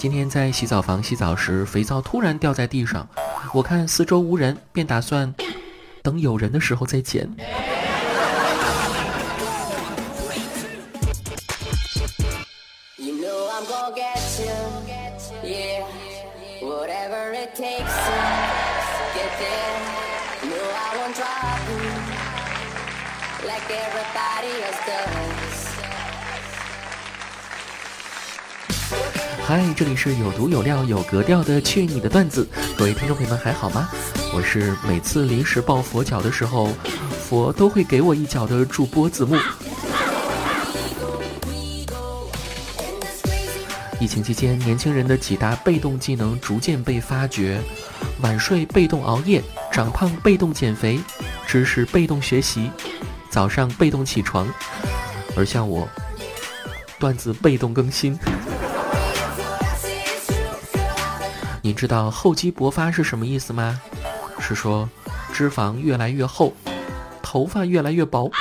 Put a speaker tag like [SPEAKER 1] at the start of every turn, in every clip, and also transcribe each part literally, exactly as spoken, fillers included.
[SPEAKER 1] 今天在洗澡房洗澡时，肥皂突然掉在地上，我看四周无人，便打算等有人的时候再捡。嗨，这里是有毒有料有格调的去你的段子，各位听众朋友们还好吗？我是每次临时抱佛脚的时候，佛都会给我一脚的主播子木。疫情期间，年轻人的几大被动技能逐渐被发掘：晚睡被动熬夜，长胖被动减肥，知识被动学习，早上被动起床。而像我，段子被动更新。你知道厚积薄发是什么意思吗？是说脂肪越来越厚，头发越来越薄。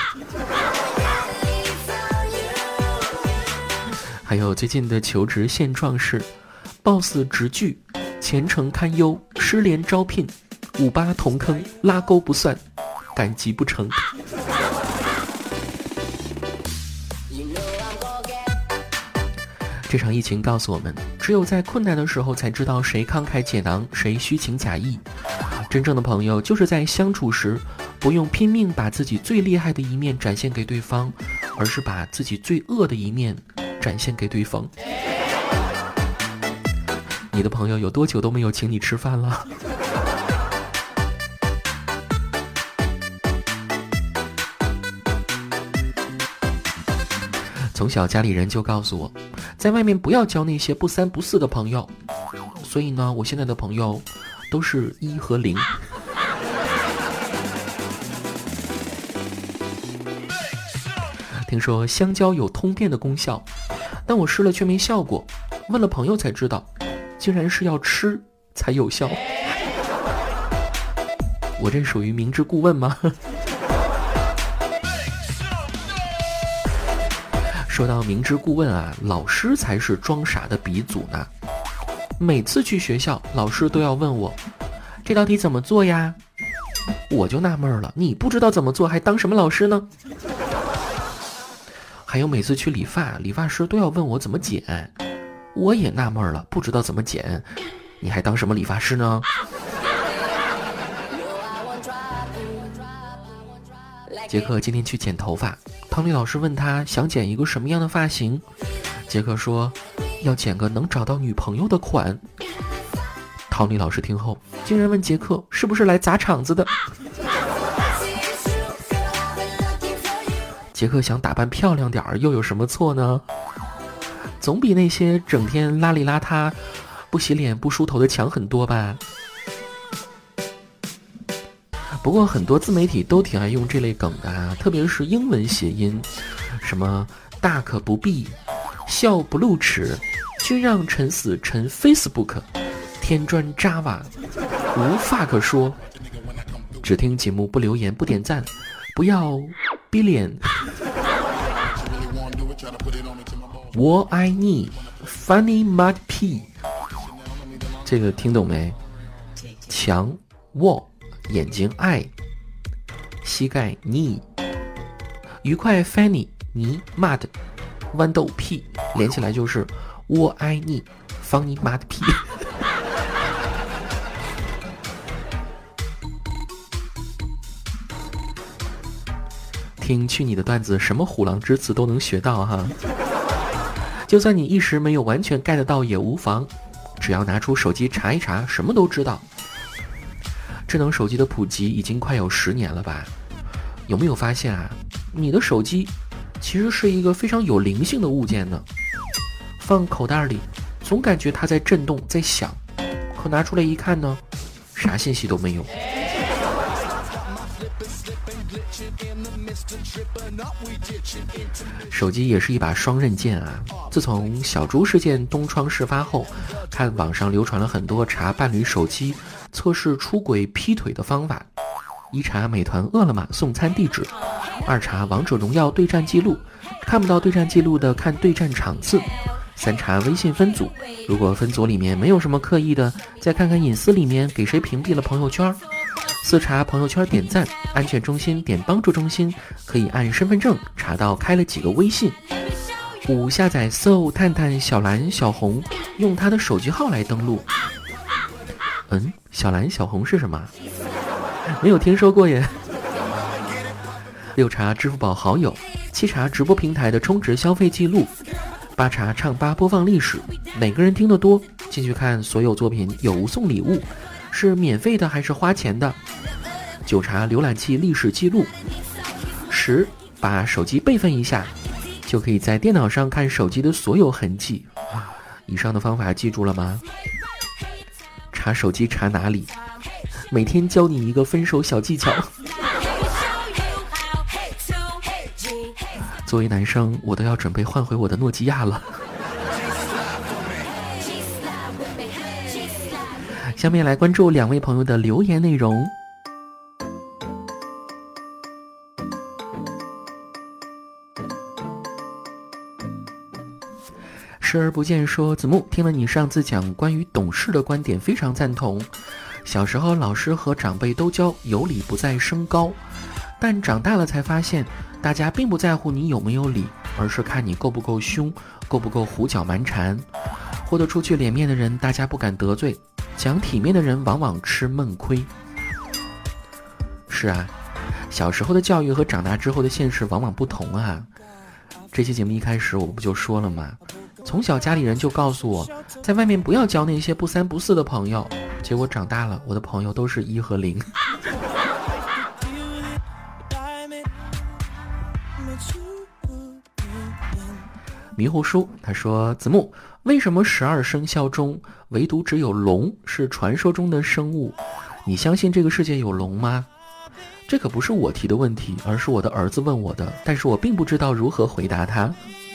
[SPEAKER 1] 还有最近的求职现状是 boss 直拒，前程堪忧，失联招聘，五八同坑，拉钩不算，赶集不成。这场疫情告诉我们，只有在困难的时候才知道谁慷慨解囊，谁虚情假意。真正的朋友就是在相处时不用拼命把自己最厉害的一面展现给对方，而是把自己最恶的一面展现给对方。你的朋友有多久都没有请你吃饭了？从小家里人就告诉我，在外面不要交那些不三不四的朋友，所以呢，我现在的朋友都是一和零。听说香蕉有通便的功效，但我试了却没效果，问了朋友才知道，竟然是要吃才有效。我这属于明知故问吗？说到明知故问啊，老师才是装傻的鼻祖呢。每次去学校，老师都要问我这道题怎么做呀？我就纳闷了，你不知道怎么做还当什么老师呢？还有每次去理发，理发师都要问我怎么剪，我也纳闷了，不知道怎么剪，你还当什么理发师呢？杰克今天去剪头发，汤丽老师问他想剪一个什么样的发型，杰克说要剪个能找到女朋友的款。汤丽老师听后竟然问杰克是不是来砸场子的。杰克想打扮漂亮点儿又有什么错呢？总比那些整天邋里邋遢不洗脸不梳头的强很多吧。不过很多自媒体都挺爱用这类梗的啊，特别是英文谐音，什么大可不必，笑不露齿，君让臣死臣 Facebook， 添砖 Java， 无话可说，只听节目不留言不点赞，不要逼脸。我爱你 Funny Mud P， 这个听懂没？强我眼睛爱，膝盖 knee， 愉快 Fanny 泥 mud， 豌豆屁，连起来就是我爱你 Funny Mud P。 听去你的段子，什么虎狼之词都能学到哈。就算你一时没有完全 get 到也无妨，只要拿出手机查一查，什么都知道。智能手机的普及已经快有十年了吧？有没有发现啊，你的手机其实是一个非常有灵性的物件呢？放口袋里，总感觉它在震动，在响，可拿出来一看呢，啥信息都没有。手机也是一把双刃剑啊！自从小猪事件东窗事发后，看网上流传了很多查伴侣手机测试出轨劈腿的方法：一查美团饿了么送餐地址，二查王者荣耀对战记录，看不到对战记录的看对战场次， 三查微信分组，如果分组里面没有什么刻意的，再看看隐私里面给谁屏蔽了朋友圈。四查朋友圈点赞，安全中心点帮助中心，可以按身份证查到开了几个微信。五下载搜探探小蓝小红，用他的手机号来登录。嗯，小蓝小红是什么？没有听说过耶。六查支付宝好友，七查直播平台的充值消费记录，八查唱吧播放历史，哪个人听得多，进去看所有作品有无送礼物，是免费的还是花钱的。九查浏览器历史记录。十把手机备份一下，就可以在电脑上看手机的所有痕迹。以上的方法记住了吗？查手机查哪里？每天教你一个分手小技巧。作为男生，我都要准备换回我的诺基亚了。下面来关注两位朋友的留言内容。视而不见说，子木，听了你上次讲关于懂事的观点，非常赞同。小时候老师和长辈都教有礼不在声高，但长大了才发现，大家并不在乎你有没有礼，而是看你够不够凶，够不够胡搅蛮缠。豁得出去脸面的人大家不敢得罪，讲体面的人往往吃闷亏。是啊，小时候的教育和长大之后的现实往往不同啊。这期节目一开始我不就说了吗？从小家里人就告诉我，在外面不要交那些不三不四的朋友，结果长大了，我的朋友都是一和零。迷糊叔他说，子木，为什么十二生肖中唯独只有龙是传说中的生物？你相信这个世界有龙吗？这可不是我提的问题，而是我的儿子问我的，但是我并不知道如何回答他。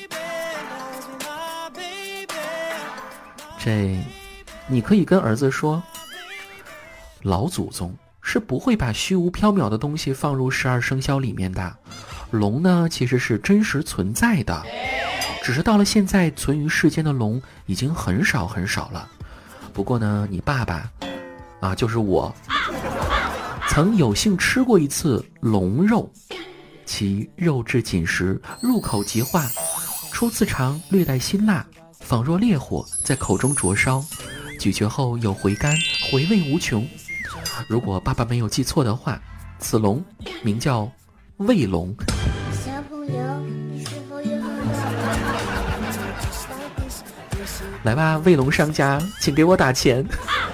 [SPEAKER 1] 这你可以跟儿子说，老祖宗是不会把虚无缥缈的东西放入十二生肖里面的，龙呢其实是真实存在的，只是到了现在存于世间的龙已经很少很少了。不过呢，你爸爸啊，就是我曾有幸吃过一次龙肉，其肉质紧实，入口即化，初次尝略带辛辣，仿若烈火在口中灼烧，咀嚼后有回甘，回味无穷。如果爸爸没有记错的话，此龙名叫卫龙。
[SPEAKER 2] 小朋友，你是否有很
[SPEAKER 1] 来吧，卫龙商家，请给我打钱。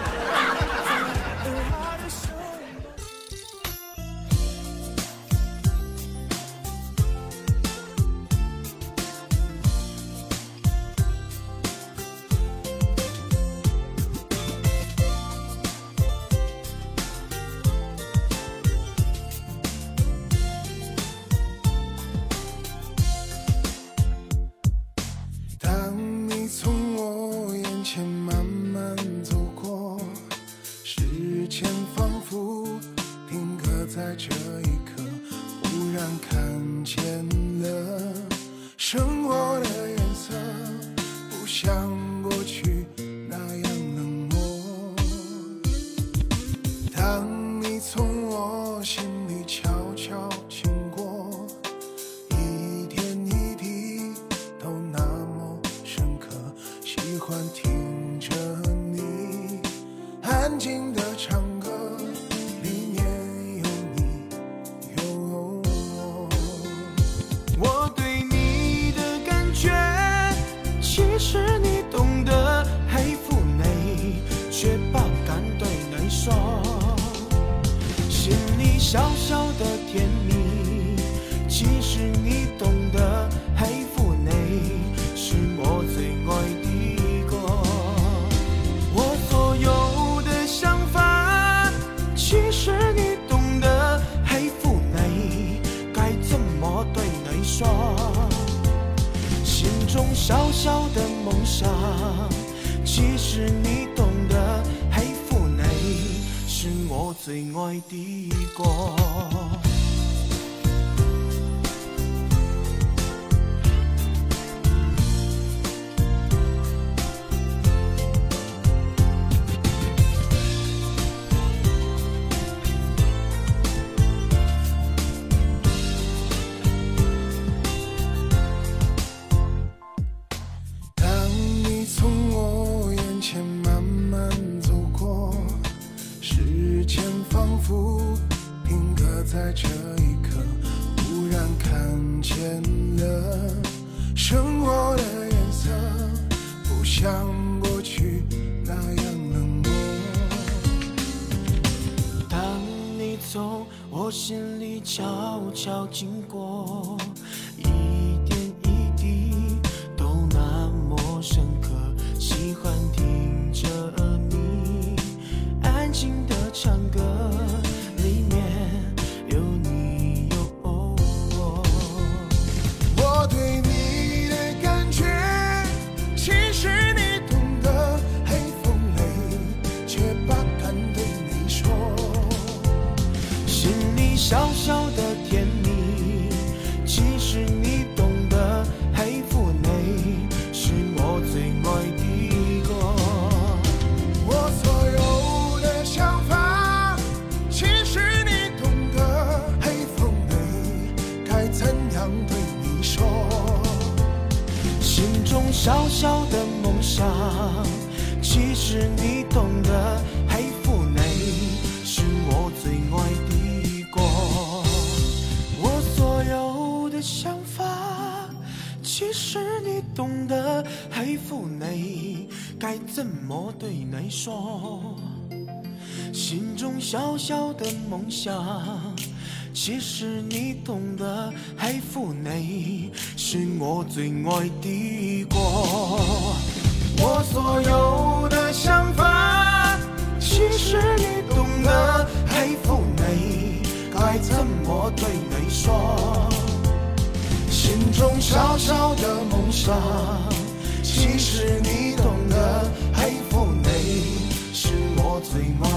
[SPEAKER 3] 在这一刻忽然看见了生活的颜色，不像过去那样冷漠。当你从我心里悄悄经过，一点一滴都那么深刻，喜欢听着你安静的唱歌，是你懂得喜歡你，卻不敢對你說，心裡小小的甜蜜。其實你懂得喜歡你，是我最愛的歌。我所有的想法，其實你懂得喜歡你，該怎麼對你說？心中小小的夢想，其實你懂得喜歡你，是我最愛的歌。 的生活的颜色，不像过去那样冷漠。当你从我心里悄悄经过，一点一滴都那么深刻，喜欢听着你安静的唱歌，里面有你有我。我对你的感觉，其实你懂得，黑风雷，却不敢对你说。心里小小的甜蜜，其实你懂得，黑腹内是我最爱的歌。我所有的想法，其实你懂得，黑风内该怎样对你说。心中小小的梦想，其实你懂得，黑腹内是我最爱的歌。我所有的想法，其实你懂得，黑腹内该怎么对你说。心中小小的梦想，其实你懂得，黑腹内是我最爱的歌。我所有的想法，其实你懂得，黑腹内该怎么对你说。心中小小的梦想，其实你懂得，黑腹内是我最爱